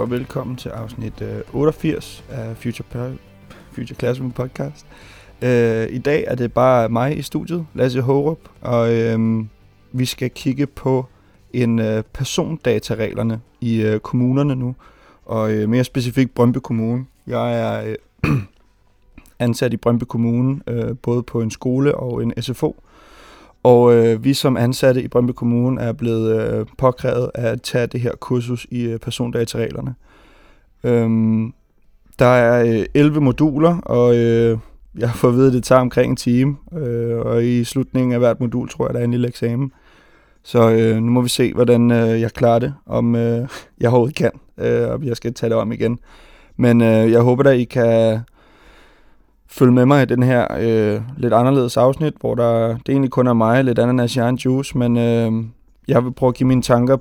og velkommen til afsnit 88 af Future Classroom podcast. I dag er det bare mig i studiet, Lasse Hårup, og vi skal kigge på persondatareglerne i kommunerne nu, og mere specifikt Brøndby Kommune. Jeg er ansat i Brøndby Kommune, både på en skole og en SFO. Og vi som ansatte i Brøndby Kommune er blevet påkrævet at tage det her kursus i persondatareglerne. Der er 11 moduler, og jeg har fået at vide, at det tager omkring en time. Og i slutningen af hvert modul tror jeg, der er en lille eksamen. Så nu må vi se, hvordan jeg klarer det, om jeg overhovedet kan, og jeg skal tage det om igen. Men jeg håber, at I kan følg med mig i den her lidt anderledes afsnit, hvor det egentlig kun er mig, lidt ananas i egen juice, men jeg vil prøve at give mine tanker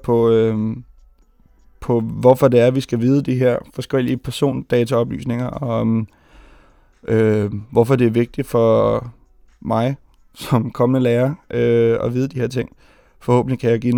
på hvorfor det er, at vi skal vide de her forskellige persondataoplysninger, og hvorfor det er vigtigt for mig som kommende lærer at vide de her ting. Forhåbentlig kan jeg give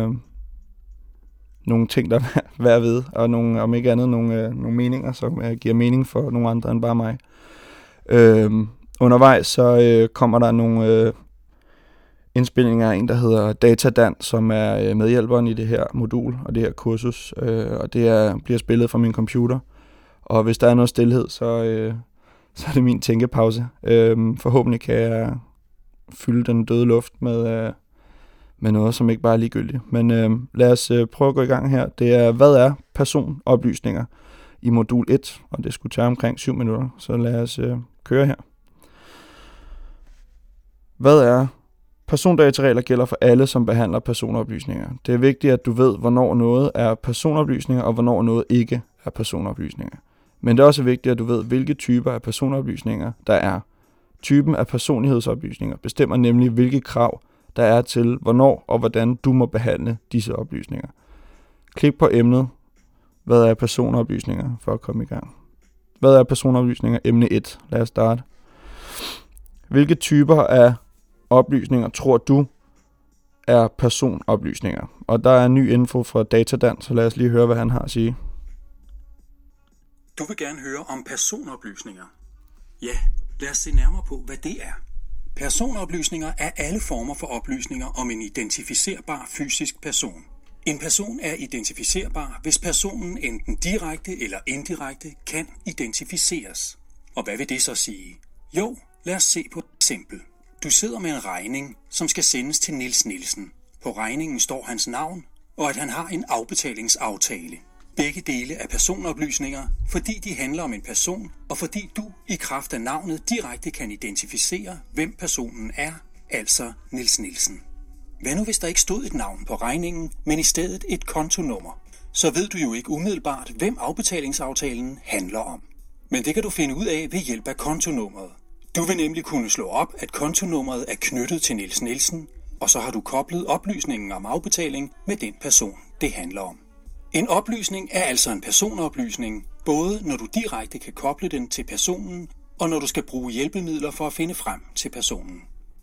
nogle ting, der er værd at vide, og nogle, om ikke andet nogle meninger, som giver mening for nogle andre end bare mig. Undervejs så kommer der nogle indspilninger af en, der hedder Datadan, som er medhjælperen i det her modul og det her kursus, og det bliver spillet fra min computer. Og hvis der er noget stilhed, så er det min tænkepause. Forhåbentlig kan jeg fylde den døde luft med noget, som ikke bare er ligegyldigt. Men lad os prøve at gå i gang her. Det er, hvad er personoplysninger i modul 1, og det skulle tage omkring 7 minutter, så lad os køre her. Hvad er persondataregler gælder for alle, som behandler personoplysninger. Det er vigtigt, at du ved, hvornår noget er personoplysninger, og hvornår noget ikke er personoplysninger. Men det er også vigtigt, at du ved, hvilke typer af personoplysninger der er. Typen af personlighedsoplysninger bestemmer nemlig, hvilke krav der er til, hvornår og hvordan du må behandle disse oplysninger. Klik på emnet, hvad er personoplysninger, for at komme i gang. Hvad er personoplysninger? Emne 1. Lad os starte. Hvilke typer af oplysninger tror du er personoplysninger? Og der er ny info fra Datadan, så lad os lige høre, hvad han har at sige. Du vil gerne høre om personoplysninger. Ja, lad os se nærmere på, hvad det er. Personoplysninger er alle former for oplysninger om en identificerbar fysisk person. En person er identificerbar, hvis personen enten direkte eller indirekte kan identificeres. Og hvad vil det så sige? Jo, lad os se på et eksempel. Du sidder med en regning, som skal sendes til Niels Nielsen. På regningen står hans navn, og at han har en afbetalingsaftale. Begge dele er personoplysninger, fordi de handler om en person, og fordi du i kraft af navnet direkte kan identificere, hvem personen er, altså Niels Nielsen. Hvad nu, hvis der ikke stod et navn på regningen, men i stedet et kontonummer? Så ved du jo ikke umiddelbart, hvem afbetalingsaftalen handler om. Men det kan du finde ud af ved hjælp af kontonummeret. Du vil nemlig kunne slå op, at kontonummeret er knyttet til Niels Nielsen, og så har du koblet oplysningen om afbetaling med den person, det handler om. En oplysning er altså en personoplysning, både når du direkte kan koble den til personen, og når du skal bruge hjælpemidler for at finde frem til personen.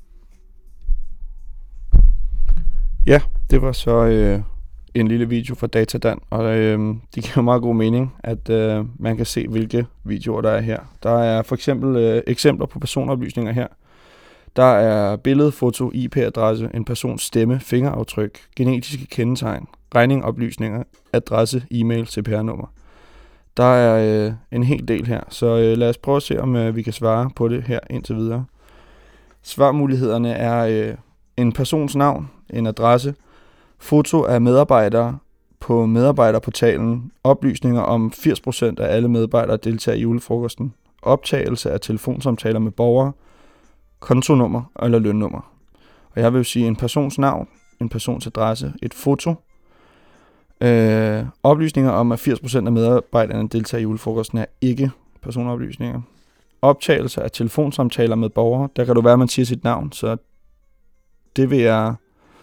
Ja, det var så en lille video fra Datadan, og det giver meget god mening, at man kan se, hvilke videoer der er her. Der er for eksempel eksempler på personoplysninger her. Der er billede, foto, IP-adresse, en persons stemme, fingeraftryk, genetiske kendetegn, regningoplysninger, adresse, e-mail, CPR-nummer. Der er en hel del her, så lad os prøve at se, om vi kan svare på det her indtil videre. Svarmulighederne er en persons navn, en adresse, foto af medarbejdere på medarbejderportalen, oplysninger om 80% af alle medarbejdere deltager i julefrokosten, optagelse af telefonsamtaler med borgere, kontonummer eller lønnummer. Og jeg vil sige en persons navn, en persons adresse, et foto, oplysninger om, at 80% af medarbejderne deltager i julefrokosten er ikke personoplysninger. Optagelse af telefonsamtaler med borgere, der kan du være, at man siger sit navn, så det vil jeg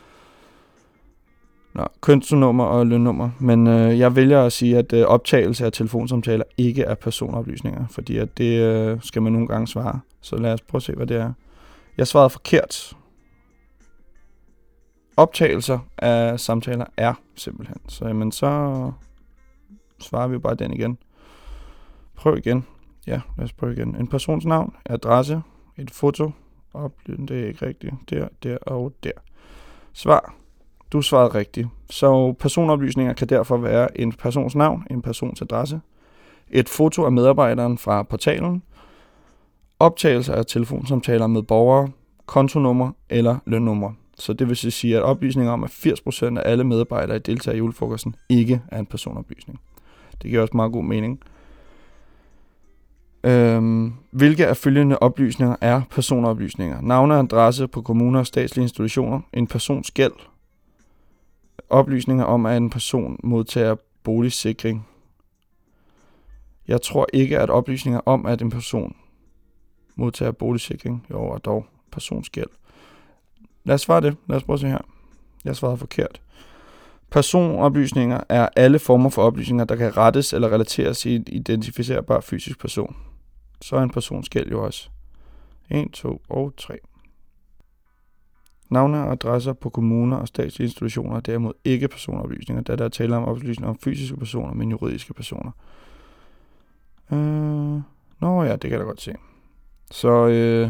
kontonummer og lønnummer, men jeg vælger at sige, at optagelse af telefonsamtaler ikke er personoplysninger, fordi at det skal man nogle gange svare. Så lad os prøve at se, hvad det er. Jeg svarede forkert. Optagelser af samtaler er simpelthen. Så svarer vi bare den igen. Prøv igen. Ja, lad os prøve igen. En persons navn, adresse, et foto, det er ikke rigtigt, der og der. Svar. Du svarede rigtigt. Så personoplysninger kan derfor være en persons navn, en persons adresse, et foto af medarbejderen fra portalen, optagelse af telefonsamtaler med borgere, kontonummer eller lønnummer. Så det vil sige, at oplysninger om, at 80% af alle medarbejdere deltager i julefrokosten, ikke er en personoplysning. Det giver også meget god mening. Hvilke af følgende oplysninger er personoplysninger? Navne og adresse på kommuner og statslige institutioner, en persons gæld, oplysninger om, at en person modtager boligsikring. Jeg tror ikke, at oplysninger om, at en person modtager boligsikring, jo, og dog persons gæld. Lad os svare det. Lad os prøve at se her. Jeg svarede forkert. Personoplysninger er alle former for oplysninger, der kan rettes eller relateres til en identificerbar fysisk person. Så er en persons gæld jo også. 1, 2 og 3. Navne og adresser på kommuner og statslige institutioner er derimod ikke personoplysninger, da der er tale om oplysninger om fysiske personer, men juridiske personer. Ja, det kan jeg da godt se. Så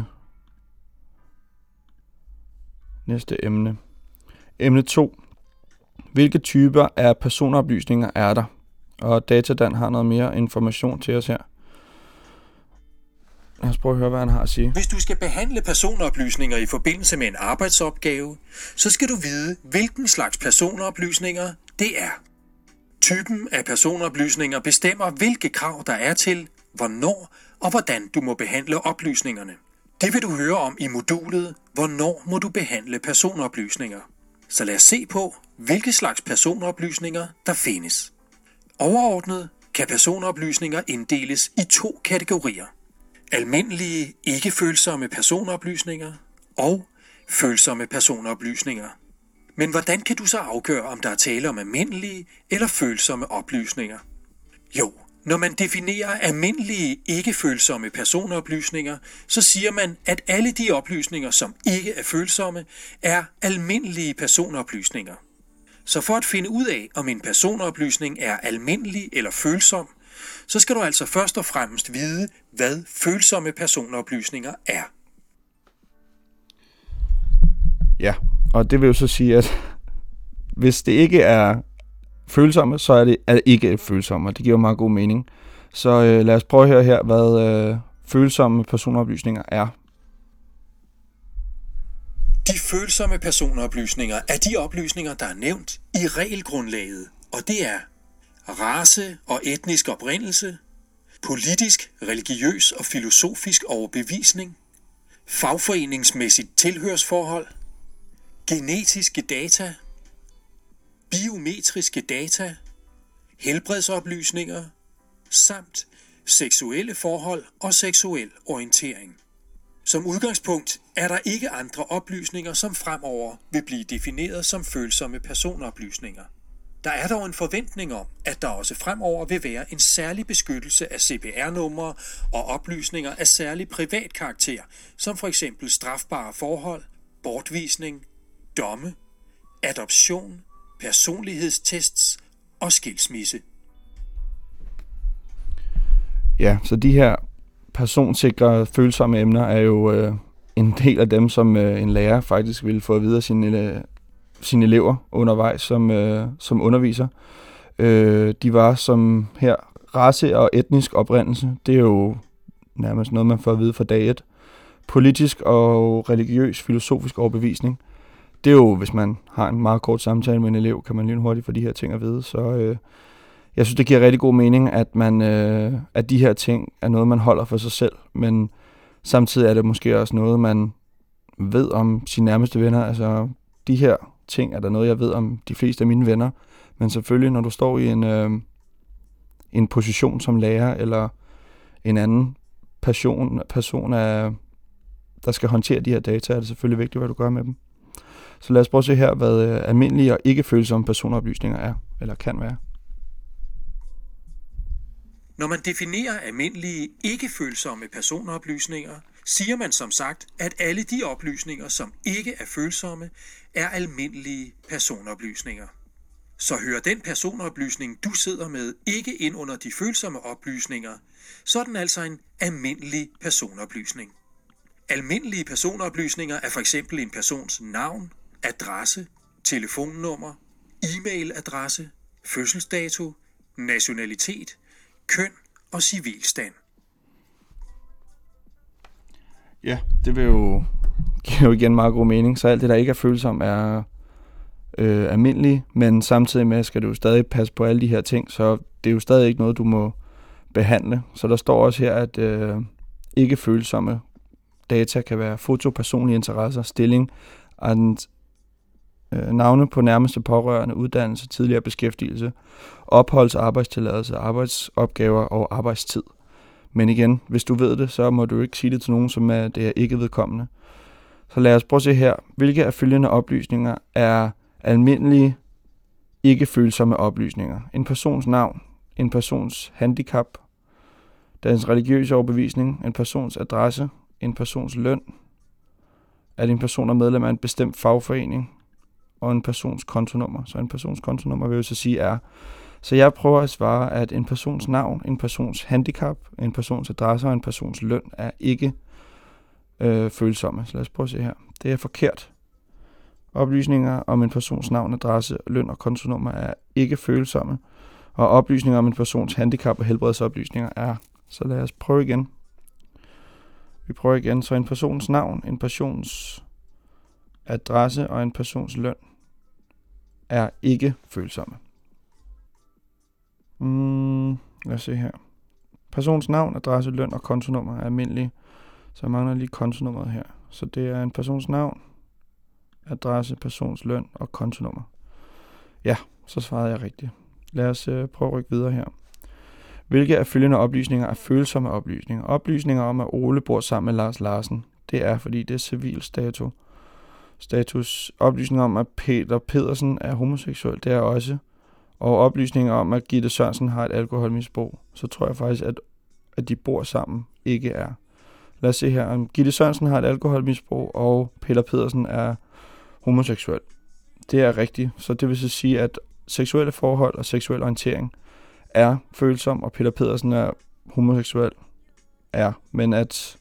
næste emne. Emne 2. Hvilke typer af personoplysninger er der? Og Datadan har noget mere information til os her. Lad os prøve at høre, hvad han har at sige. Hvis du skal behandle personoplysninger i forbindelse med en arbejdsopgave, så skal du vide, hvilken slags personoplysninger det er. Typen af personoplysninger bestemmer, hvilke krav der er til, hvornår og hvordan du må behandle oplysningerne. Det vil du høre om i modulet, hvornår må du behandle personoplysninger. Så lad os se på, hvilke slags personoplysninger der findes. Overordnet kan personoplysninger inddeles i 2 kategorier. Almindelige, ikke-følsomme personoplysninger og følsomme personoplysninger. Men hvordan kan du så afgøre, om der er tale om almindelige eller følsomme oplysninger? Jo, når man definerer almindelige, ikke-følsomme personoplysninger, så siger man, at alle de oplysninger, som ikke er følsomme, er almindelige personoplysninger. Så for at finde ud af, om en personoplysning er almindelig eller følsom, så skal du altså først og fremmest vide, hvad følsomme personoplysninger er. Ja, og det vil jo så sige, at hvis det ikke er følsomme, så er det ikke følsomme, og det giver meget god mening. Så lad os prøve at høre her, hvad følsomme personoplysninger er. De følsomme personoplysninger er de oplysninger, der er nævnt i regelgrundlaget, og det er race og etnisk oprindelse, politisk, religiøs og filosofisk overbevisning, fagforeningsmæssigt tilhørsforhold, genetiske data, biometriske data, helbredsoplysninger, samt seksuelle forhold og seksuel orientering. Som udgangspunkt er der ikke andre oplysninger, som fremover vil blive defineret som følsomme personoplysninger. Der er dog en forventning om, at der også fremover vil være en særlig beskyttelse af CPR-numre og oplysninger af særlig privat karakter, som for eksempel strafbare forhold, bortvisning, domme, adoption, personlighedstests og skilsmisse. Ja, så de her personsikre følsomme emner er jo en del af dem, som en lærer faktisk vil få at vide af sine elever undervejs som underviser. De var som her race og etnisk oprindelse. Det er jo nærmest noget, man får at vide fra dag 1. Politisk og religiøs filosofisk overbevisning. Det er jo, hvis man har en meget kort samtale med en elev, kan man lynhurtigt få de her ting at vide. Så jeg synes, det giver rigtig god mening, at de her ting er noget, man holder for sig selv. Men samtidig er det måske også noget, man ved om sine nærmeste venner. Altså, de her ting er der noget, jeg ved om de fleste af mine venner. Men selvfølgelig, når du står i en position som lærer, eller en anden person der skal håndtere de her data, er det selvfølgelig vigtigt, hvad du gør med dem. Så lad os prøve at se her, hvad almindelige og ikke-følsomme personoplysninger er, eller kan være. Når man definerer almindelige, ikke-følsomme personoplysninger, siger man som sagt, at alle de oplysninger, som ikke er følsomme, er almindelige personoplysninger. Så hører den personoplysning, du sidder med, ikke ind under de følsomme oplysninger, så er den altså en almindelig personoplysning. Almindelige personoplysninger er f.eks. en persons navn, adresse, telefonnummer, e-mailadresse, fødselsdato, nationalitet, køn og civilstand. Ja, det giver jo igen meget god mening. Så alt det, der ikke er følsomt, er almindelige, men samtidig med skal du jo stadig passe på alle de her ting, så det er jo stadig ikke noget, du må behandle. Så der står også her, at ikke følsomme data kan være foto, personlige interesser, stilling, navne på nærmeste pårørende, uddannelse, tidligere beskæftigelse, opholds- og arbejdstilladelse, arbejdsopgaver og arbejdstid. Men igen, hvis du ved det, så må du ikke sige det til nogen, som er det er ikke vedkommende. Så lad os prøve at se her. Hvilke af følgende oplysninger er almindelige, ikke følsomme oplysninger? En persons navn, en persons handicap, dens religiøse overbevisning, en persons adresse, en persons løn, at en person er medlem af en bestemt fagforening, og en persons kontonummer. Så en persons kontonummer vil jo så sige er. Så jeg prøver at svare, at en persons navn, en persons handicap, en persons adresse og en persons løn er ikke følsomme. Så lad os prøve at se her. Det er forkert. Oplysninger om en persons navn, adresse, løn og kontonummer er ikke følsomme. Og oplysninger om en persons handicap og helbredsoplysninger er. Så lad os prøve igen. Vi prøver igen. Så en persons navn, en persons adresse og en persons løn er ikke følsomme. Lad os se her. Persons navn, adresse, løn og kontonummer er almindelige. Så jeg mangler lige kontonummeret her. Så det er en persons navn, adresse, persons løn og kontonummer. Ja, så svarede jeg rigtigt. Lad os prøve at rykke videre her. Hvilke af følgende oplysninger er følsomme oplysninger? Oplysninger om, at Ole bor sammen med Lars Larsen. Det er, fordi det er civil status. Oplysninger om, at Peter Pedersen er homoseksuel. Det er også. Og oplysninger om, at Gitte Sørensen har et alkoholmisbrug. Så tror jeg faktisk, at de bor sammen ikke er. Lad os se her. Om Gitte Sørensen har et alkoholmisbrug, og Peter Pedersen er homoseksuel. Det er rigtigt. Så det vil så sige, at seksuelle forhold og seksuel orientering er følsom, og Peter Pedersen er homoseksuel. Ja, men at...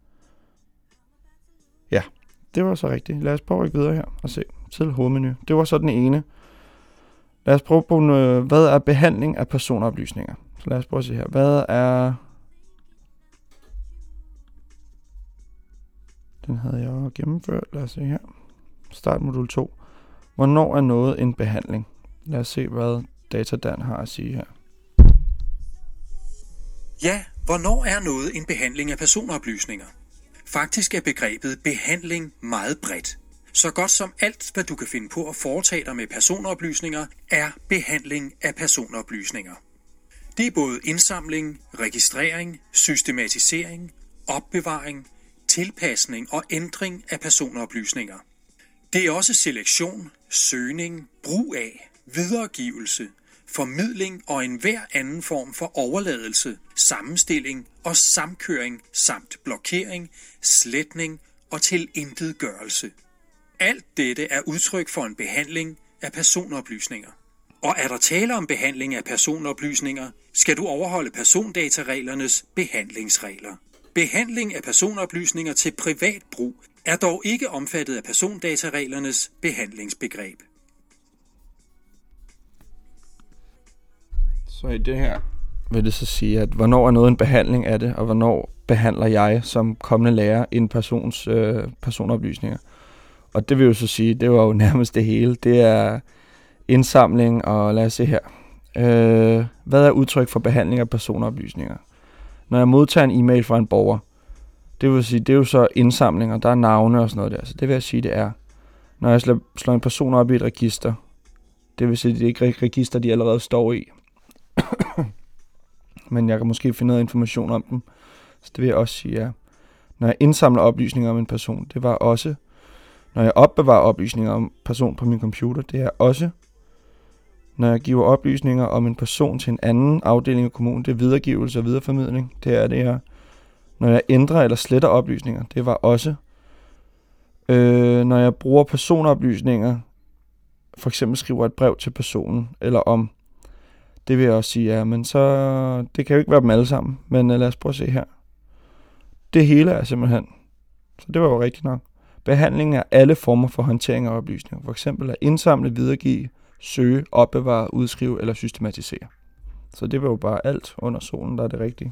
Ja, det var så rigtigt. Lad os prøve at rykke videre her og se til hovedmenu. Det var så den ene. Lad os prøve på, hvad er behandling af personoplysninger? Så lad os prøve at se her. Hvad er... Den havde jeg jo gennemført. Lad os se her. Start modul 2. Hvornår er noget en behandling? Lad os se, hvad Datadan har at sige her. Ja, hvornår er noget en behandling af personoplysninger? Faktisk er begrebet behandling meget bredt. Så godt som alt, hvad du kan finde på at foretage dig med personoplysninger, er behandling af personoplysninger. Det er både indsamling, registrering, systematisering, opbevaring, tilpasning og ændring af personoplysninger. Det er også selektion, søgning, brug af, videregivelse, formidling og enhver anden form for overladelse, sammenstilling og samkøring samt blokering, sletning og tilintetgørelse. Alt dette er udtryk for en behandling af personoplysninger. Og er der tale om behandling af personoplysninger, skal du overholde persondatareglernes behandlingsregler. Behandling af personoplysninger til privat brug er dog ikke omfattet af persondatareglernes behandlingsbegreb. Så i det her vil det så sige, at hvornår er noget en behandling af det, og hvornår behandler jeg som kommende lærer en persons personoplysninger. Og det vil jo så sige, det var jo nærmest det hele. Det er indsamling, og lad os se her. Hvad er udtryk for behandling af personoplysninger? Når jeg modtager en e-mail fra en borger, det vil sige, det er jo så indsamlinger, der er navne og sådan noget der. Så det vil jeg sige, det er. Når jeg slår en person op i et register, det vil sige, det er ikke et register, de allerede står i. Men jeg kan måske finde noget information om dem. Så det vil jeg også sige, ja. Når jeg indsamler oplysninger om en person, det var også. Når jeg opbevarer oplysninger om en person på min computer, det er også. Når jeg giver oplysninger om en person til en anden afdeling af kommunen, det er videregivelse og videreformidling, det er det her. Når jeg ændrer eller sletter oplysninger, det var også. Når jeg bruger personoplysninger for eksempel skriver et brev til personen, eller om, det vil jeg også sige, ja, men så, det kan jo ikke være dem alle sammen, men lad os prøve at se her. Det hele er simpelthen, så det var jo rigtigt nok. Behandling af alle former for håndtering af oplysninger, for eksempel at indsamle, videregive, søge, opbevare, udskrive eller systematisere. Så det var jo bare alt under solen, der er det rigtige.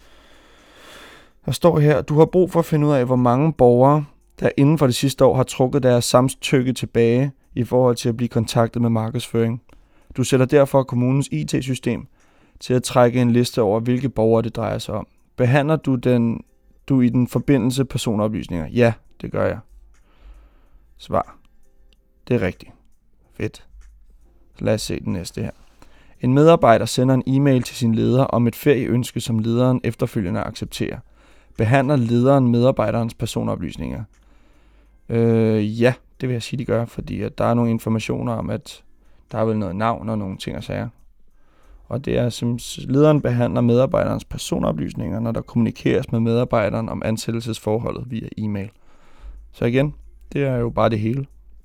Der står her, du har brug for at finde ud af, hvor mange borgere, der inden for det sidste år har trukket deres samtykke tilbage i forhold til at blive kontaktet med markedsføring. Du sætter derfor kommunens IT-system til at trække en liste over, hvilke borgere det drejer sig om. Behandler du i den forbindelse personoplysninger? Ja, det gør jeg. Svar. Det er rigtigt. Fedt. Så lad os se den næste her. En medarbejder sender en e-mail til sin leder om et ferieønske, som lederen efterfølgende accepterer. Behandler lederen medarbejderens personoplysninger? Ja, det vil jeg sige, de gør, fordi at der er nogle informationer om, at der er vel noget navn og nogle ting og sager. Og det er, som lederen behandler medarbejderens personoplysninger, når der kommunikeres med medarbejderen om ansættelsesforholdet via e-mail. Så igen, det er jo bare det hele.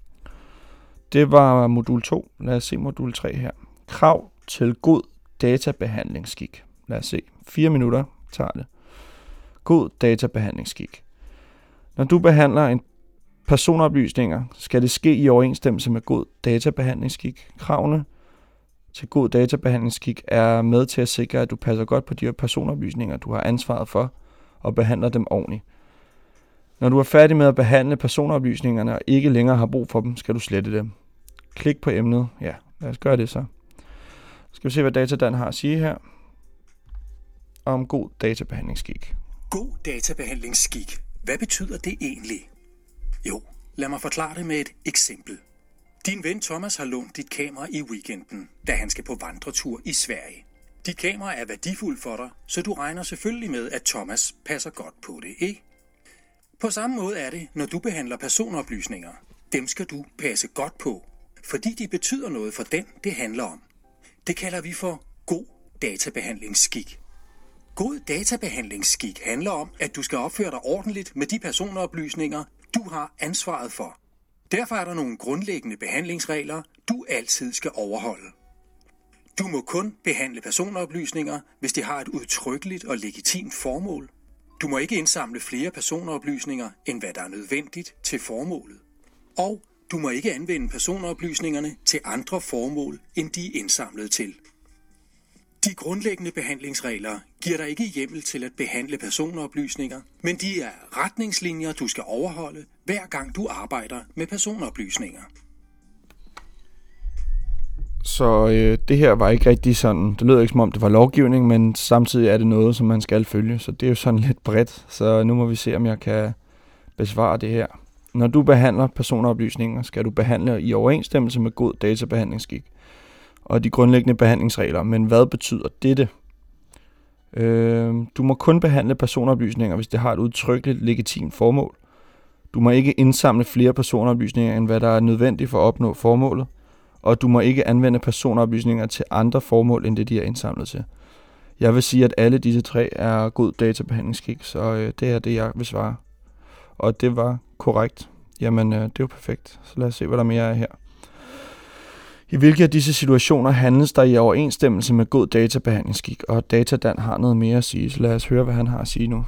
Det var modul 2. Lad os se modul 3 her. Krav til god databehandlingsskik. Lad os se. 4 minutter tager det. God databehandlingsskik. Når du behandler en personoplysninger, skal det ske i overensstemmelse med god databehandlingsskik. Kravene til god databehandlingsskik er med til at sikre, at du passer godt på de her personoplysninger, du har ansvaret for, og behandler dem ordentligt. Når du er færdig med at behandle personoplysningerne og ikke længere har brug for dem, skal du slette dem. Klik på emnet. Ja, lad os gøre det så. Skal vi se, hvad Datadan har at sige her om god databehandlingsskik. God databehandlingsskik. Hvad betyder det egentlig? Jo, lad mig forklare det med et eksempel. Din ven Thomas har lånt dit kamera i weekenden, da han skal på vandretur i Sverige. Dit kamera er værdifuldt for dig, så du regner selvfølgelig med, at Thomas passer godt på det, ikke? På samme måde er det, når du behandler personoplysninger. Dem skal du passe godt på, fordi de betyder noget for den, det handler om. Det kalder vi for god databehandlingsskik. God databehandlingsskik handler om, at du skal opføre dig ordentligt med de personoplysninger, du har ansvaret for. Derfor er der nogle grundlæggende behandlingsregler, du altid skal overholde. Du må kun behandle personoplysninger, hvis de har et udtrykkeligt og legitimt formål. Du må ikke indsamle flere personoplysninger, end hvad der er nødvendigt til formålet. Og du må ikke anvende personoplysningerne til andre formål, end de er indsamlet til. De grundlæggende behandlingsregler giver dig ikke hjemmel til at behandle personoplysninger, men de er retningslinjer, du skal overholde, hver gang du arbejder med personoplysninger. Så det her var ikke rigtig sådan, det lød ikke som om det var lovgivning, men samtidig er det noget, som man skal følge, så det er jo sådan lidt bredt, så nu må vi se, om jeg kan besvare det her. Når du behandler personoplysninger, skal du behandle i overensstemmelse med god databehandlingsskik og de grundlæggende behandlingsregler, men hvad betyder dette? Du må kun behandle personoplysninger, hvis det har et udtrykkeligt legitimt formål. Du må ikke indsamle flere personoplysninger, end hvad der er nødvendigt for at opnå formålet. Og du må ikke anvende personoplysninger til andre formål, end det de er indsamlet til. Jeg vil sige, at alle disse 3 er god databehandlingsskik, så det er det, jeg vil svare. Og det var korrekt. Jamen, det er jo perfekt. Så lad os se, hvad der mere er her. I hvilke af disse situationer handles der i overensstemmelse med god databehandlingsskik? Og Datadan har noget mere at sige, så lad os høre, hvad han har at sige nu.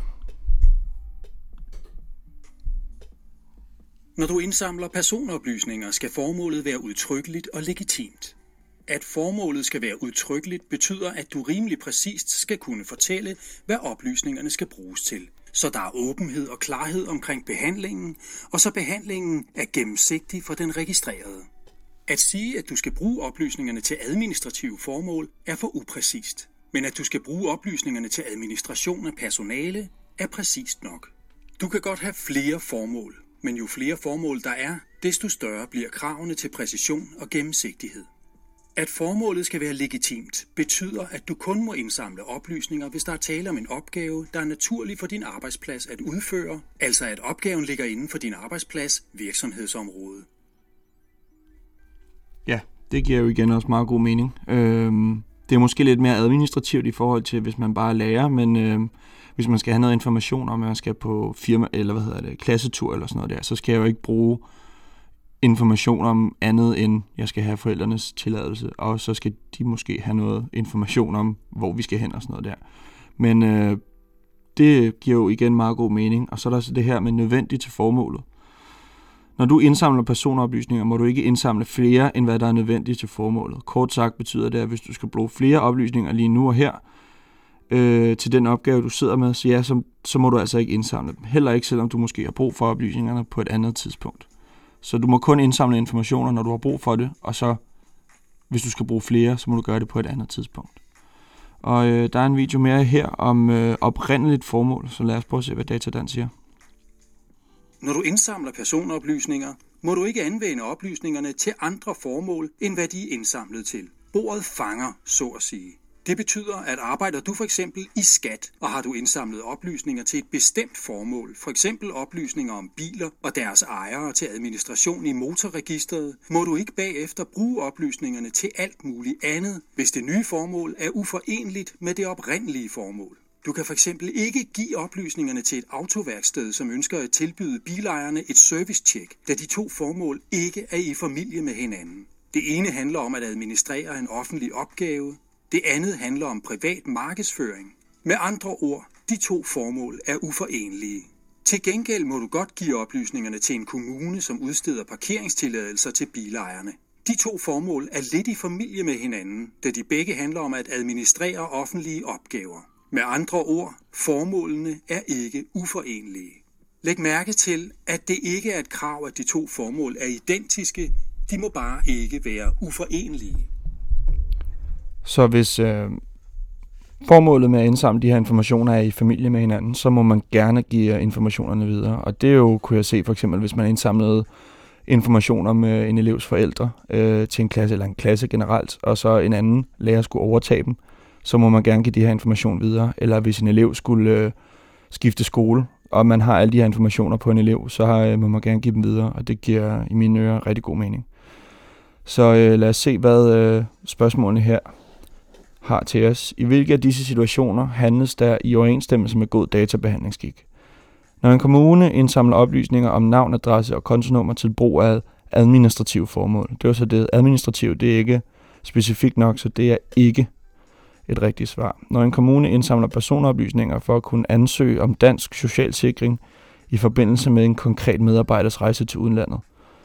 Når du indsamler personoplysninger, skal formålet være udtrykkeligt og legitimt. At formålet skal være udtrykkeligt betyder, at du rimelig præcist skal kunne fortælle, hvad oplysningerne skal bruges til. Så der er åbenhed og klarhed omkring behandlingen, og så behandlingen er gennemsigtig for den registrerede. At sige, at du skal bruge oplysningerne til administrative formål, er for upræcist. Men at du skal bruge oplysningerne til administration af personale, er præcist nok. Du kan godt have flere formål, men jo flere formål der er, desto større bliver kravene til præcision og gennemsigtighed. At formålet skal være legitimt, betyder, at du kun må indsamle oplysninger, hvis der er tale om en opgave, der er naturlig for din arbejdsplads at udføre, altså at opgaven ligger inden for din arbejdsplads virksomhedsområde. Ja, det giver jo igen også meget god mening. Det er måske lidt mere administrativt i forhold til, hvis man bare er lærer, men hvis man skal have noget information om, at man skal på klassetur eller sådan noget der, så skal jeg jo ikke bruge information om andet end, jeg skal have forældrenes tilladelse, og så skal de måske have noget information om, hvor vi skal hen og sådan noget der. Men det giver jo igen meget god mening, og så er der så det her med nødvendigt til formålet. Når du indsamler personoplysninger, må du ikke indsamle flere, end hvad der er nødvendigt til formålet. Kort sagt betyder det, at hvis du skal bruge flere oplysninger lige nu og her, til den opgave, du sidder med, så ja, så må du altså ikke indsamle dem. Heller ikke, selvom du måske har brug for oplysningerne på et andet tidspunkt. Så du må kun indsamle informationer, når du har brug for det, og så, hvis du skal bruge flere, så må du gøre det på et andet tidspunkt. Og der er en video mere her om oprindeligt formål, så lad os prøve at se, hvad Datadan siger. Når du indsamler personoplysninger, må du ikke anvende oplysningerne til andre formål, end hvad de er indsamlet til. Bordet fanger, så at sige. Det betyder, at arbejder du for eksempel i skat, og har du indsamlet oplysninger til et bestemt formål, for eksempel oplysninger om biler og deres ejere til administration i motorregistret, må du ikke bagefter bruge oplysningerne til alt muligt andet, hvis det nye formål er uforenligt med det oprindelige formål. Du kan for eksempel ikke give oplysningerne til et autoværksted, som ønsker at tilbyde bilejerne et servicetjek, da de to formål ikke er i familie med hinanden. Det ene handler om at administrere en offentlig opgave. Det andet handler om privat markedsføring. Med andre ord, de to formål er uforenlige. Til gengæld må du godt give oplysningerne til en kommune, som udsteder parkeringstilladelser til bilejerne. De to formål er lidt i familie med hinanden, da de begge handler om at administrere offentlige opgaver. Med andre ord, formålene er ikke uforenlige. Læg mærke til, at det ikke er et krav, at de to formål er identiske. De må bare ikke være uforenlige. Så hvis formålet med at indsamle de her informationer er i familie med hinanden, så må man gerne give informationerne videre. Og det er jo, kunne jeg se for eksempel, hvis man indsamlede information om en elevs forældre til en klasse eller en klasse generelt, og så en anden lærer skulle overtage dem, så må man gerne give de her information videre. Eller hvis en elev skulle skifte skole, og man har alle de her informationer på en elev, så må man gerne give dem videre, og det giver i mine ører rigtig god mening. Så lad os se, hvad spørgsmålene her har til os. I hvilke af disse situationer handles der i overensstemmelse med god databehandlingsskik? Når en kommune indsamler oplysninger om navn, adresse og kontonummer til brug af administrative formål. Det var så det. Administrativt, det er ikke specifikt nok, så det er ikke et rigtigt svar. Når en kommune indsamler personoplysninger for at kunne ansøge om dansk socialsikring i forbindelse med en konkret medarbejders rejse til udlandet.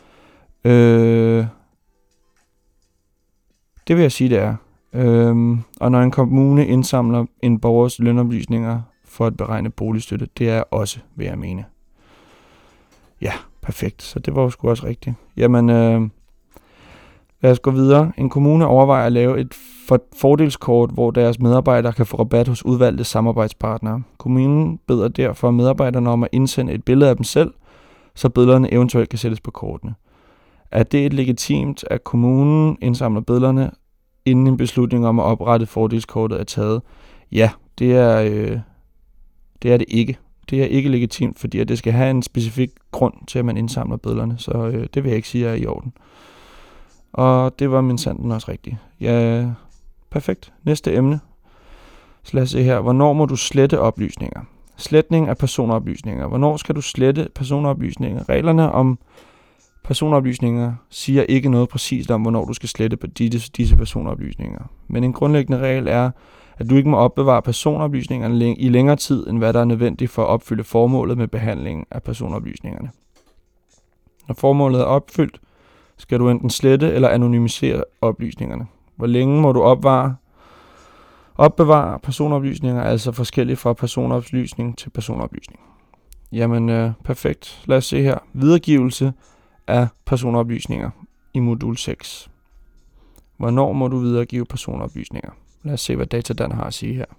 Det vil jeg sige, det er. Og når en kommune indsamler en borgers lønoplysninger for at beregne boligstøtte, det er også, vil jeg mene. Ja, perfekt. Så det var jo sgu også rigtigt. Jamen, lad os gå videre. En kommune overvejer at lave et fordelskort, hvor deres medarbejdere kan få rabat hos udvalgte samarbejdspartnere. Kommunen beder derfor medarbejderne om at indsende et billede af dem selv, så billederne eventuelt kan sættes på kortene. Er det et legitimt, at kommunen indsamler billederne, inden en beslutning om at oprette fordelskortet er taget? Ja, det er det ikke. Det er ikke legitimt, fordi det skal have en specifik grund til, at man indsamler billederne, så det vil jeg ikke sige er i orden. Og det var min sanden også rigtigt. Ja, perfekt. Næste emne. Så lad os se her. Hvornår må du slette oplysninger? Sletning af personoplysninger. Hvornår skal du slette personoplysninger? Reglerne om personoplysninger siger ikke noget præcist om, hvornår du skal slette disse personoplysninger. Men en grundlæggende regel er, at du ikke må opbevare personoplysningerne i længere tid, end hvad der er nødvendigt for at opfylde formålet med behandlingen af personoplysningerne. Når formålet er opfyldt, skal du enten slette eller anonymisere oplysningerne. Hvor længe må du opbevare personoplysninger, altså forskelligt fra personoplysning til personoplysning? Jamen, perfekt. Lad os se her. Videregivelse af personoplysninger i modul 6. Hvornår må du videregive personoplysninger? Lad os se, hvad Datadan har at sige her.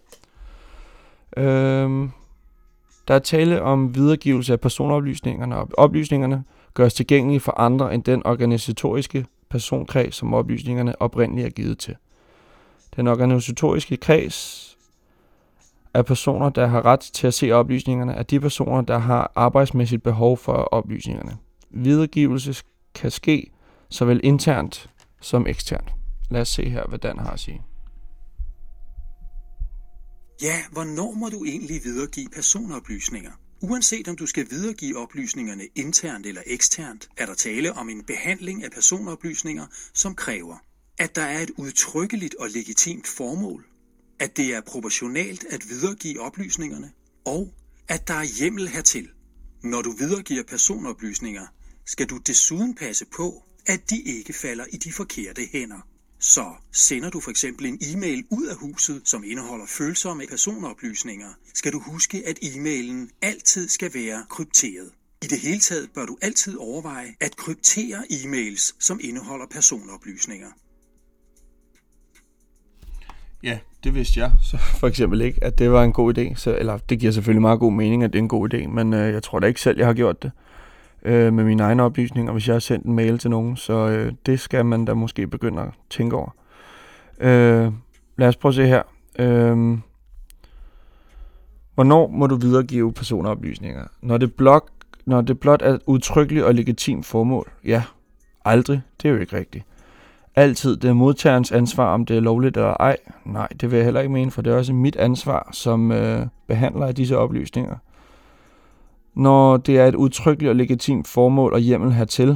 Der er tale om videregivelse af personoplysningerne, og oplysningerne gøres tilgængelige for andre end den organisatoriske personkreds, som oplysningerne oprindeligt er givet til. Den organisatoriske kreds af personer, der har ret til at se oplysningerne, er de personer, der har arbejdsmæssigt behov for oplysningerne. Videregivelse kan ske såvel internt som eksternt. Lad os se her, hvad Dan har at sige. Ja, hvornår må du egentlig videregive personoplysninger? Uanset om du skal videregive oplysningerne internt eller eksternt, er der tale om en behandling af personoplysninger, som kræver, at der er et udtrykkeligt og legitimt formål, at det er proportionalt at videregive oplysningerne, og at der er hjemmel hertil. Når du videregiver personoplysninger, skal du desuden passe på, at de ikke falder i de forkerte hænder. Så sender du for eksempel en e-mail ud af huset, som indeholder følsomme personoplysninger, skal du huske, at e-mailen altid skal være krypteret. I det hele taget bør du altid overveje at kryptere e-mails, som indeholder personoplysninger. Ja, det vidste jeg så for eksempel ikke, at det var en god idé. Eller det giver selvfølgelig meget god mening, at det er en god idé, men jeg tror da ikke selv, jeg har gjort det med mine egne oplysninger, hvis jeg har sendt en mail til nogen. Så det skal man da måske begynde at tænke over. Lad os prøve at se her. Hvornår må du videregive personoplysninger? Når det blot er et udtrykkeligt og legitimt formål? Ja, aldrig. Det er jo ikke rigtigt. Altid. Det er modtagerens ansvar, om det er lovligt eller ej. Nej, det vil jeg heller ikke mene, for det er også mit ansvar som behandler af disse oplysninger. Når det er et udtrykkeligt og legitimt formål og hjemmel hertil.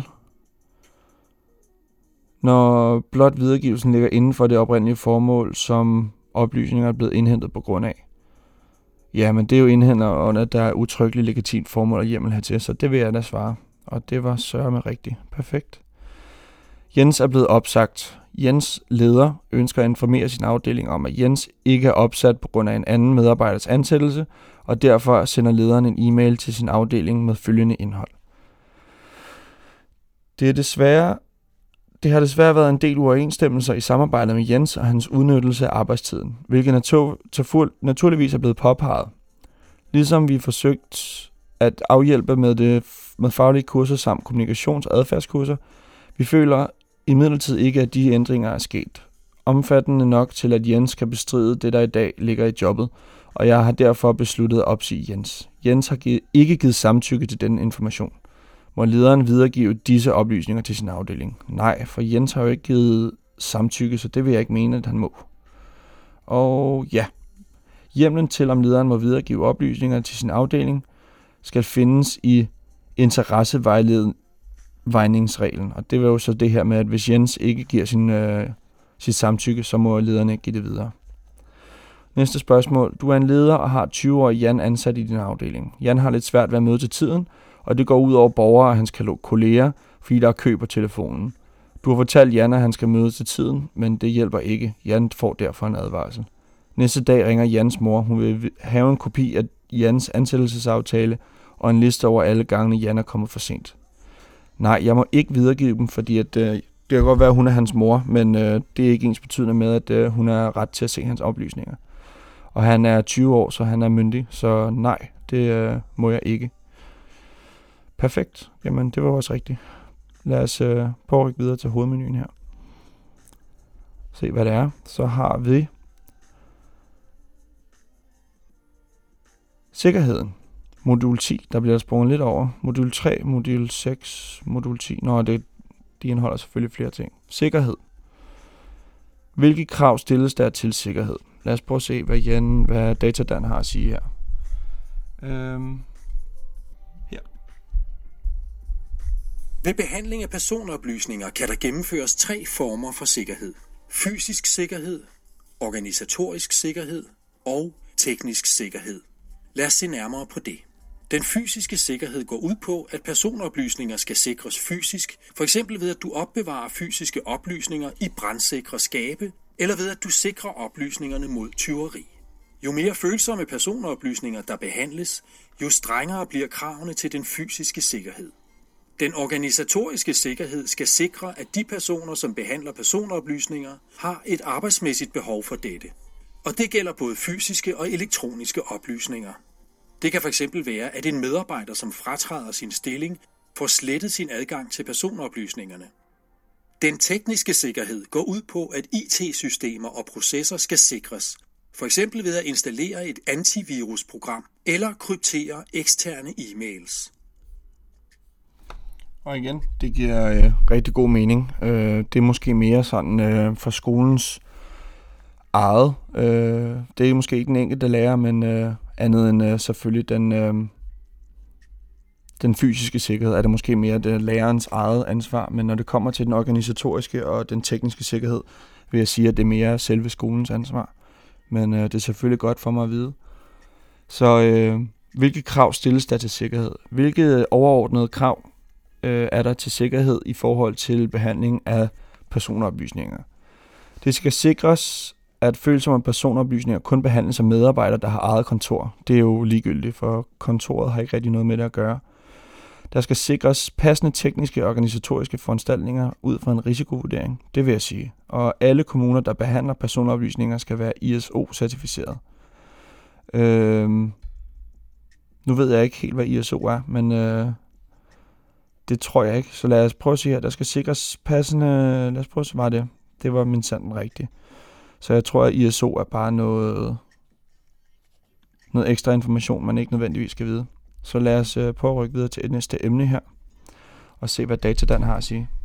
Når blot videregivelsen ligger inden for det oprindelige formål, som oplysninger er blevet indhentet på grund af. Ja, men det er jo indhentet under, at der er udtrykkeligt legitimt formål og hjemmel hertil, så det vil jeg da svare. Og det var sørme rigtigt. Perfekt. Jens er blevet opsagt. Jens leder ønsker at informere sin afdeling om, at Jens ikke er opsat på grund af en anden medarbejders ansættelse, og derfor sender lederen en e-mail til sin afdeling med følgende indhold. Det har desværre været en del uoverensstemmelser i samarbejdet med Jens og hans udnyttelse af arbejdstiden, hvilket naturligvis er blevet påpeget. Ligesom vi forsøgt at afhjælpe med faglige kurser samt kommunikations- og adfærdskurser, vi føler imidlertid ikke, at de ændringer er sket. Omfattende nok til, at Jens kan bestride det, der i dag ligger i jobbet, og jeg har derfor besluttet at opsige Jens. Jens har ikke givet samtykke til denne information. Må lederen videregive disse oplysninger til sin afdeling? Nej, for Jens har jo ikke givet samtykke, så det vil jeg ikke mene, at han må. Og ja, hjemmelen til, om lederen må videregive oplysninger til sin afdeling, skal findes i interessevejledningsreglen. Og det var jo så det her med, at hvis Jens ikke giver sit samtykke, så må lederen ikke give det videre. Næste spørgsmål. Du er en leder og har 20-årig Jan ansat i din afdeling. Jan har lidt svært ved at møde til tiden, og det går ud over borgere og hans kolleger, fordi der er kø på telefonen. Du har fortalt Jan, at han skal møde til tiden, men det hjælper ikke. Jan får derfor en advarsel. Næste dag ringer Jans mor. Hun vil have en kopi af Jans ansættelsesaftale og en liste over alle gangene Jan er kommet for sent. Nej, jeg må ikke videregive dem, fordi det kan godt være, at hun er hans mor, men det er ikke ens betydende med, at hun har ret til at se hans oplysninger. Og han er 20 år, så han er myndig, så nej, det må jeg ikke. Perfekt. Jamen, det var også rigtigt. Lad os prøve at rykke videre til hovedmenuen her. Se, hvad det er. Så har vi sikkerheden. Modul 10, der bliver sprunget lidt over. Modul 3, modul 6, modul 10. De indeholder selvfølgelig flere ting. Sikkerhed. Hvilke krav stilles der til sikkerhed? Lad os prøve at se, hvad Datadan har at sige her. Her. Ved behandling af personoplysninger kan der gennemføres 3 former for sikkerhed. Fysisk sikkerhed, organisatorisk sikkerhed og teknisk sikkerhed. Lad os se nærmere på det. Den fysiske sikkerhed går ud på, at personoplysninger skal sikres fysisk, f.eks. ved at du opbevarer fysiske oplysninger i brandsikre skabe, eller ved at du sikrer oplysningerne mod tyveri. Jo mere følsomme personoplysninger, der behandles, jo strengere bliver kravene til den fysiske sikkerhed. Den organisatoriske sikkerhed skal sikre, at de personer, som behandler personoplysninger, har et arbejdsmæssigt behov for dette. Og det gælder både fysiske og elektroniske oplysninger. Det kan fx være, at en medarbejder, som fratræder sin stilling, får slettet sin adgang til personoplysningerne. Den tekniske sikkerhed går ud på, at IT-systemer og processer skal sikres, f.eks. ved at installere et antivirusprogram eller kryptere eksterne e-mails. Og igen, det giver rigtig god mening. Det er måske mere sådan for skolens eget. Det er måske ikke den enkelte lærer, men andet end selvfølgelig den fysiske sikkerhed er det måske mere det lærerens eget ansvar, men når det kommer til den organisatoriske og den tekniske sikkerhed, vil jeg sige, at det er mere selve skolens ansvar. Men det er selvfølgelig godt for mig at vide. Så hvilke krav stilles der til sikkerhed? Hvilke overordnede krav er der til sikkerhed i forhold til behandling af personoplysninger? Det skal sikres, at følsomme personoplysninger kun behandles af medarbejdere, der har eget kontor. Det er jo ligegyldigt, for kontoret har ikke rigtig noget med det at gøre. Der skal sikres passende tekniske og organisatoriske foranstaltninger ud fra en risikovurdering, det vil jeg sige. Og alle kommuner, der behandler personoplysninger, skal være ISO-certificeret. Nu ved jeg ikke helt, hvad ISO er, men det tror jeg ikke. Så lad os prøve at se her. Der skal sikres passende... Lad os prøve at se, var det. Det var min sanden rigtigt. Så jeg tror, at ISO er bare noget ekstra information, man ikke nødvendigvis skal vide. Så lad os prøve at rykke videre til et næste emne her, og se, hvad Datadan har at sige.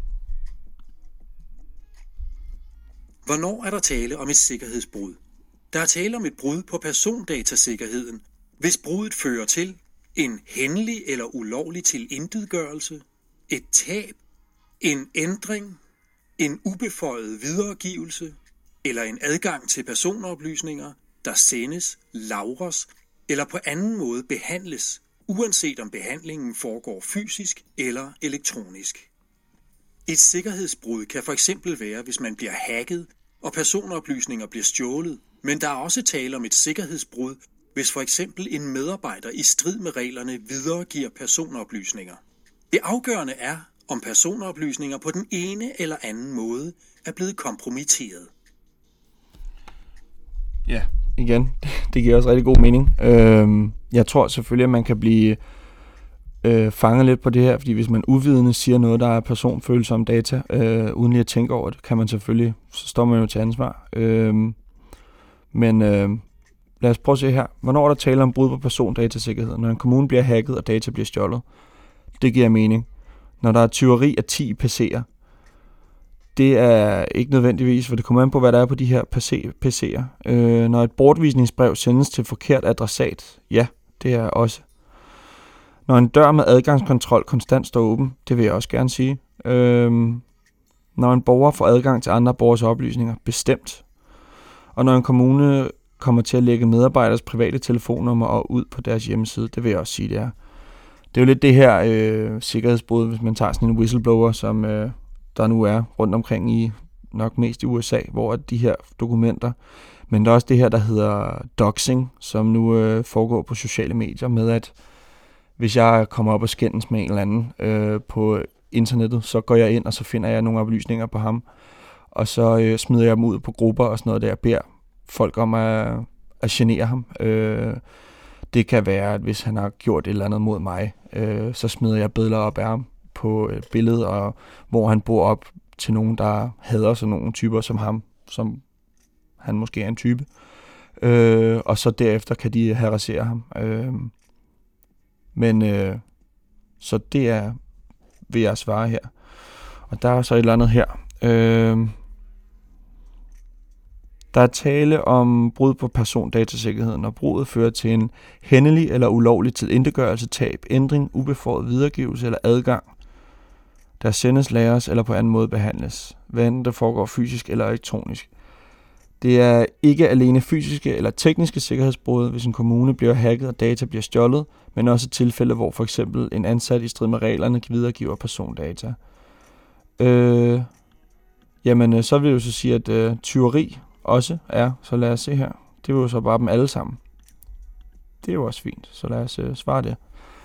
Hvornår er der tale om et sikkerhedsbrud? Der er tale om et brud på persondatasikkerheden, hvis bruddet fører til en hændelig eller ulovlig tilintetgørelse, et tab, en ændring, en ubeføjet videregivelse eller en adgang til personoplysninger, der sendes, lagres eller på anden måde behandles, uanset om behandlingen foregår fysisk eller elektronisk. Et sikkerhedsbrud kan for eksempel være, hvis man bliver hacket og personoplysninger bliver stjålet, men der er også tale om et sikkerhedsbrud, hvis for eksempel en medarbejder i strid med reglerne videregiver personoplysninger. Det afgørende er, om personoplysninger på den ene eller anden måde er blevet kompromitteret. Ja, igen, det giver også rigtig god mening. Jeg tror selvfølgelig, at man kan blive fanget lidt på det her, fordi hvis man uvidende siger noget, der er personfølsomme data, uden lige at tænke over det, kan man selvfølgelig, så står man jo til ansvar. Men lad os prøve at se her. Hvornår er der tale om brud på persondatasikkerhed? Når en kommune bliver hacket, og data bliver stjålet. Det giver mening. Når der er tyveri af 10 PC'er. Det er ikke nødvendigvis, for det kommer an på, hvad der er på de her PC'er. Når et bortvisningsbrev sendes til forkert adressat, ja, det er også. Når en dør med adgangskontrol konstant står åben, det vil jeg også gerne sige. Når en borger får adgang til andre borgers oplysninger, bestemt. Og når en kommune kommer til at lægge medarbejderes private telefonnummer ud på deres hjemmeside, det vil jeg også sige, det er. Det er jo lidt det her sikkerhedsbrud, hvis man tager sådan en whistleblower, som der nu er rundt omkring i, nok mest i USA, hvor de her dokumenter, men der er også det her, der hedder doxing, som nu foregår på sociale medier, med at hvis jeg kommer op og skændes med en eller anden på internettet, så går jeg ind, og så finder jeg nogle oplysninger på ham, og så smider jeg dem ud på grupper og sådan noget der, beder folk om at genere ham. Det kan være, at hvis han har gjort et eller andet mod mig, så smider jeg billeder op af ham på et billede, og hvor han bor op til nogen, der hader sådan nogle typer som ham, som han måske er en type. Og så derefter kan de harassere ham. Så det er, vil jeg svare her. Og der er så et eller andet her. Der er tale om brud på persondatasikkerheden, og bruddet fører til en hændelig eller ulovlig tilintetgørelse, tab, ændring, ubefordret videregivelse eller adgang, der sendes, lagres eller på anden måde behandles, hvad enten det foregår fysisk eller elektronisk. Det er ikke alene fysiske eller tekniske sikkerhedsbrud, hvis en kommune bliver hacket og data bliver stjålet, men også tilfælde, hvor for eksempel en ansat i strid med reglerne videregiver persondata. Så vil jeg jo så sige, at tyveri også er, så lad os se her. Det vil jo så bare dem alle sammen. Det er jo også fint, så lad os svare det.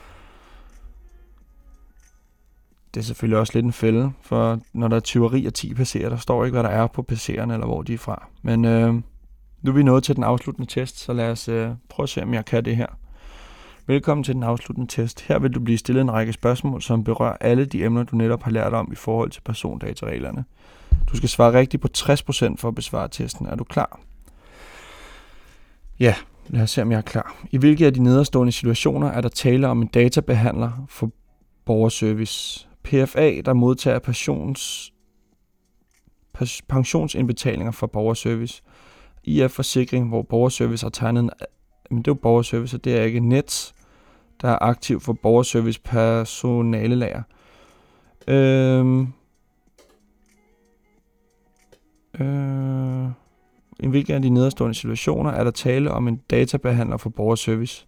Det er selvfølgelig også lidt en fælde, for når der er tyveri af 10 PC'er, der står ikke, hvad der er på PC'erne, eller hvor de er fra. Men nu er vi nået til den afsluttende test, så lad os prøve at se, om jeg kan det her. Velkommen til den afsluttende test. Her vil du blive stillet en række spørgsmål, som berører alle de emner, du netop har lært om i forhold til persondatareglerne. Du skal svare rigtigt på 60% for at besvare testen. Er du klar? Ja, lad os se, om jeg er klar. I hvilke af de nederstående situationer er der tale om en databehandler for borgerservice? PFA, der modtager pensionsindbetalinger fra borgerservice. IF Forsikring, hvor borgerservice har tegnet men det er jo borgerservice, og det er ikke Nets. der er aktiv for borgerservice personalelager. I hvilke af de nederstående situationer er der tale om en databehandler for borgerservice?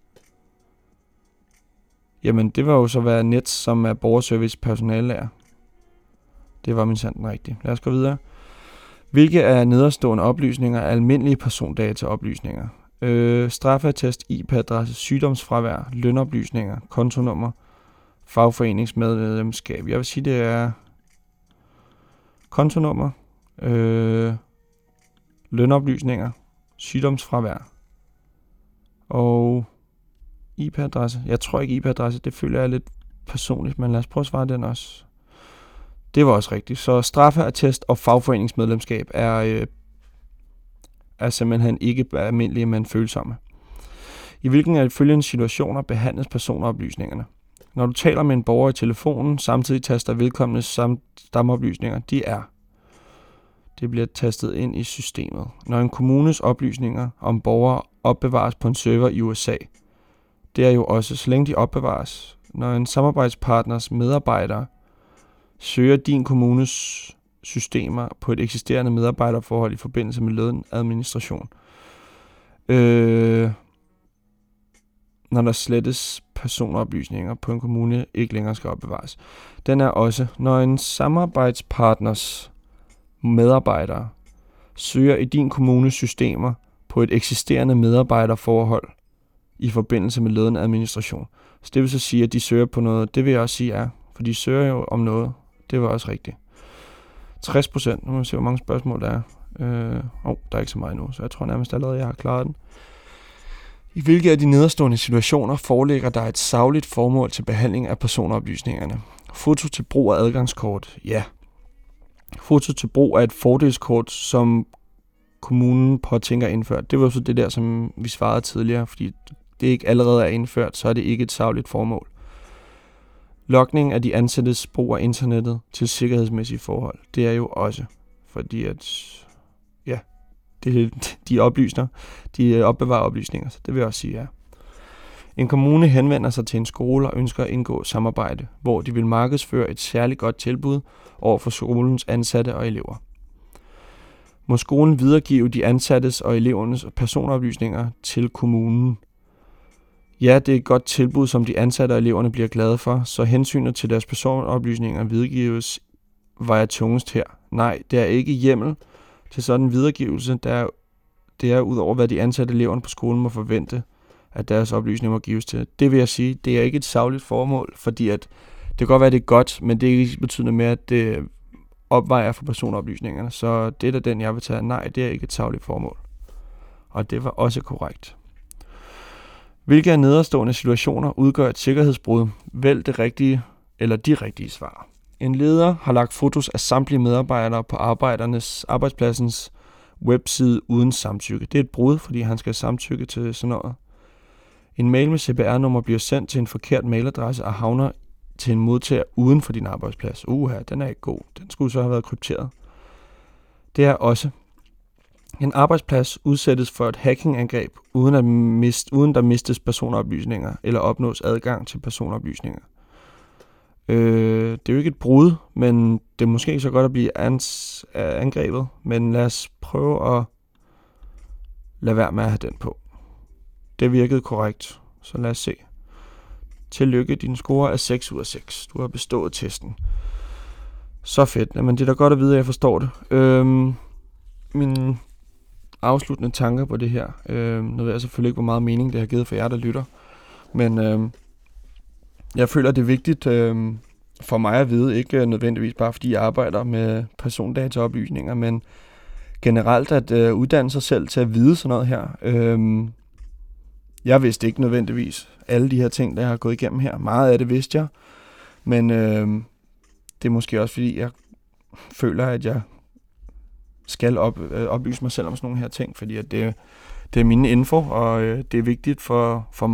Jamen, det var jo så være Nets, som er borgerservice personalelager. Det var min sanden rigtigt. Lad os gå videre. Hvilke af nederstående oplysninger er almindelige persondataoplysninger? Straffeattest, IP-adresse, sygdomsfravær, lønoplysninger, kontonummer, fagforeningsmedlemskab. Jeg vil sige, det er kontonummer, lønoplysninger, sygdomsfravær og IP-adresse. Jeg tror ikke IP-adresse, det føler jeg lidt personligt, men lad os prøve at svare den også. Det var også rigtigt. Så straffeattest og fagforeningsmedlemskab er simpelthen ikke almindelige, men følsomme. I hvilken af de følgende situationer behandles personoplysningerne? Når du taler med en borger i telefonen, samtidig taster vedkommende stamoplysninger, det bliver tastet ind i systemet. Når en kommunes oplysninger om borgere opbevares på en server i USA, det er jo også, så længe de opbevares. Når en samarbejdspartners medarbejdere søger din kommunes systemer på et eksisterende medarbejderforhold i forbindelse med lønadministration. Når der slettes personoplysninger på en kommune ikke længere skal opbevares. Den er også, når en samarbejdspartners medarbejdere søger i din kommunes systemer på et eksisterende medarbejderforhold i forbindelse med lønadministration. Så det vil så sige, at de søger på noget, det vil jeg også sige er, for de søger jo om noget. Det var også rigtigt. 60%. Nu må vi se, hvor mange spørgsmål der er. Der er ikke så meget endnu, så jeg tror nærmest allerede, jeg har klaret den. I hvilke af de nederstående situationer foreligger der et sagligt formål til behandling af personoplysningerne? Foto til brug af adgangskort? Ja. Foto til brug af et fordelskort, som kommunen påtænker indført. Det var så det der, som vi svarede tidligere, fordi det ikke allerede er indført, så er det ikke et sagligt formål. Logning af de ansattes brug af internettet til sikkerhedsmæssige forhold. Det er jo også, fordi at, ja, de opbevarer oplysninger, så det vil jeg også sige, ja. En kommune henvender sig til en skole og ønsker at indgå samarbejde, hvor de vil markedsføre et særligt godt tilbud over for skolens ansatte og elever. Må skolen videregive de ansattes og elevernes personoplysninger til kommunen? Ja, det er et godt tilbud, som de ansatte og eleverne bliver glade for, så hensynet til deres personoplysninger videregives vejer tungest her. Nej, det er ikke hjemmel til sådan en videregivelse. Det er ud over, hvad de ansatte eleverne på skolen må forvente, at deres oplysninger må gives til. Det vil jeg sige, det er ikke et sagligt formål, fordi at det kan godt være, at det er godt, men det er ikke betydende med, at det opvejer for personoplysningerne. Så det er da den, jeg vil tage. Nej, det er ikke et sagligt formål. Og det var også korrekt. Hvilke af nederstående situationer udgør et sikkerhedsbrud? Vælg det rigtige eller de rigtige svar. En leder har lagt fotos af samtlige medarbejdere på arbejdspladsens webside uden samtykke. Det er et brud, fordi han skal samtykke til sådan noget. En mail med CPR-nummer bliver sendt til en forkert mailadresse og havner til en modtager uden for din arbejdsplads. Den er ikke god. Den skulle så have været krypteret. Det er også. En arbejdsplads udsættes for et hackingangreb, uden der mistes personoplysninger eller opnås adgang til personoplysninger. Det er jo ikke et brud, men det er måske så godt at blive angrebet. Men lad os prøve at lade være med at have den på. Det virkede korrekt, så lad os se. Tillykke, din score er 6 ud af 6. Du har bestået testen. Så fedt. Men det er da godt at vide, at jeg forstår det. Mine afsluttende tanker på det her. Nu ved jeg selvfølgelig ikke, hvor meget mening det har givet for jer, der lytter. Men jeg føler, det er vigtigt for mig at vide, ikke nødvendigvis bare fordi jeg arbejder med persondataoplysninger, men generelt at uddanne sig selv til at vide sådan noget her. Jeg vidste ikke nødvendigvis alle de her ting, der jeg har gået igennem her. Meget af det vidste jeg, men det er måske også fordi, jeg føler, at jeg skal oplyse mig selv om sådan nogle her ting, fordi at det er mine info, og det er vigtigt for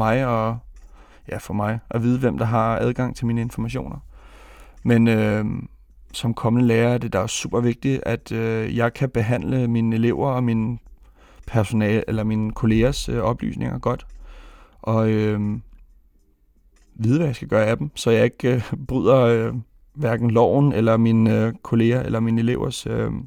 mig at vide, hvem der har adgang til mine informationer. Men som kommende lærer er det da super vigtigt, at jeg kan behandle mine elever og mine personale eller mine kollegers oplysninger godt. Og vide, hvad jeg skal gøre af dem, så jeg ikke bryder hverken loven eller mine kolleger eller mine elevers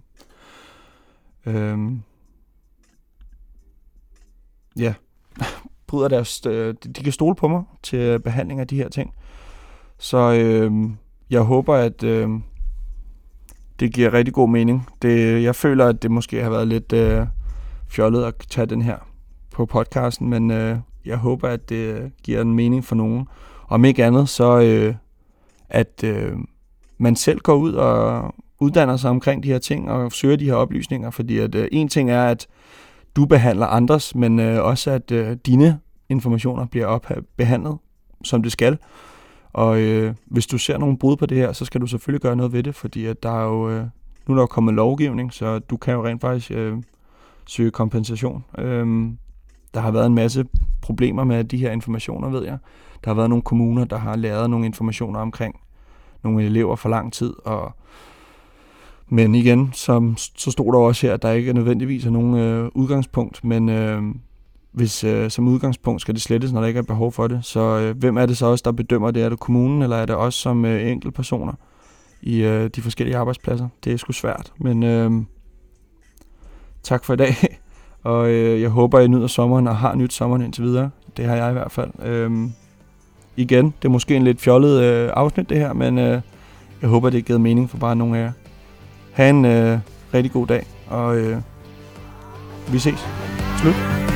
bryder deres... de kan stole på mig til behandling af de her ting. Så jeg håber, at det giver rigtig god mening. Jeg føler, at det måske har været lidt fjollet at tage den her på podcasten, men jeg håber, at det giver en mening for nogen. Om ikke andet, så at man selv går ud og uddanner sig omkring de her ting og søger de her oplysninger, fordi at en ting er, at du behandler andres, men også at dine informationer bliver behandlet, som det skal. Og hvis du ser nogle brud på det her, så skal du selvfølgelig gøre noget ved det, fordi at der er jo nu er der kommet lovgivning, så du kan jo rent faktisk søge kompensation. Der har været en masse problemer med de her informationer, ved jeg. Der har været nogle kommuner, der har lavet nogle informationer omkring nogle elever for lang tid, men igen, så stod der også her, at der ikke nødvendigvis er nogen udgangspunkt, men hvis som udgangspunkt skal det slettes, når der ikke er behov for det. Så hvem er det så også, der bedømmer det? Er det kommunen, eller er det os som enkeltpersoner i de forskellige arbejdspladser? Det er sgu svært, men tak for i dag. Og jeg håber, I nyder sommeren og har nyt sommeren indtil videre. Det har jeg i hvert fald. Igen, det er måske en lidt fjollet afsnit det her, men jeg håber, det har givet mening for bare nogle af jer. Ha' en rigtig god dag, og vi ses. Slut.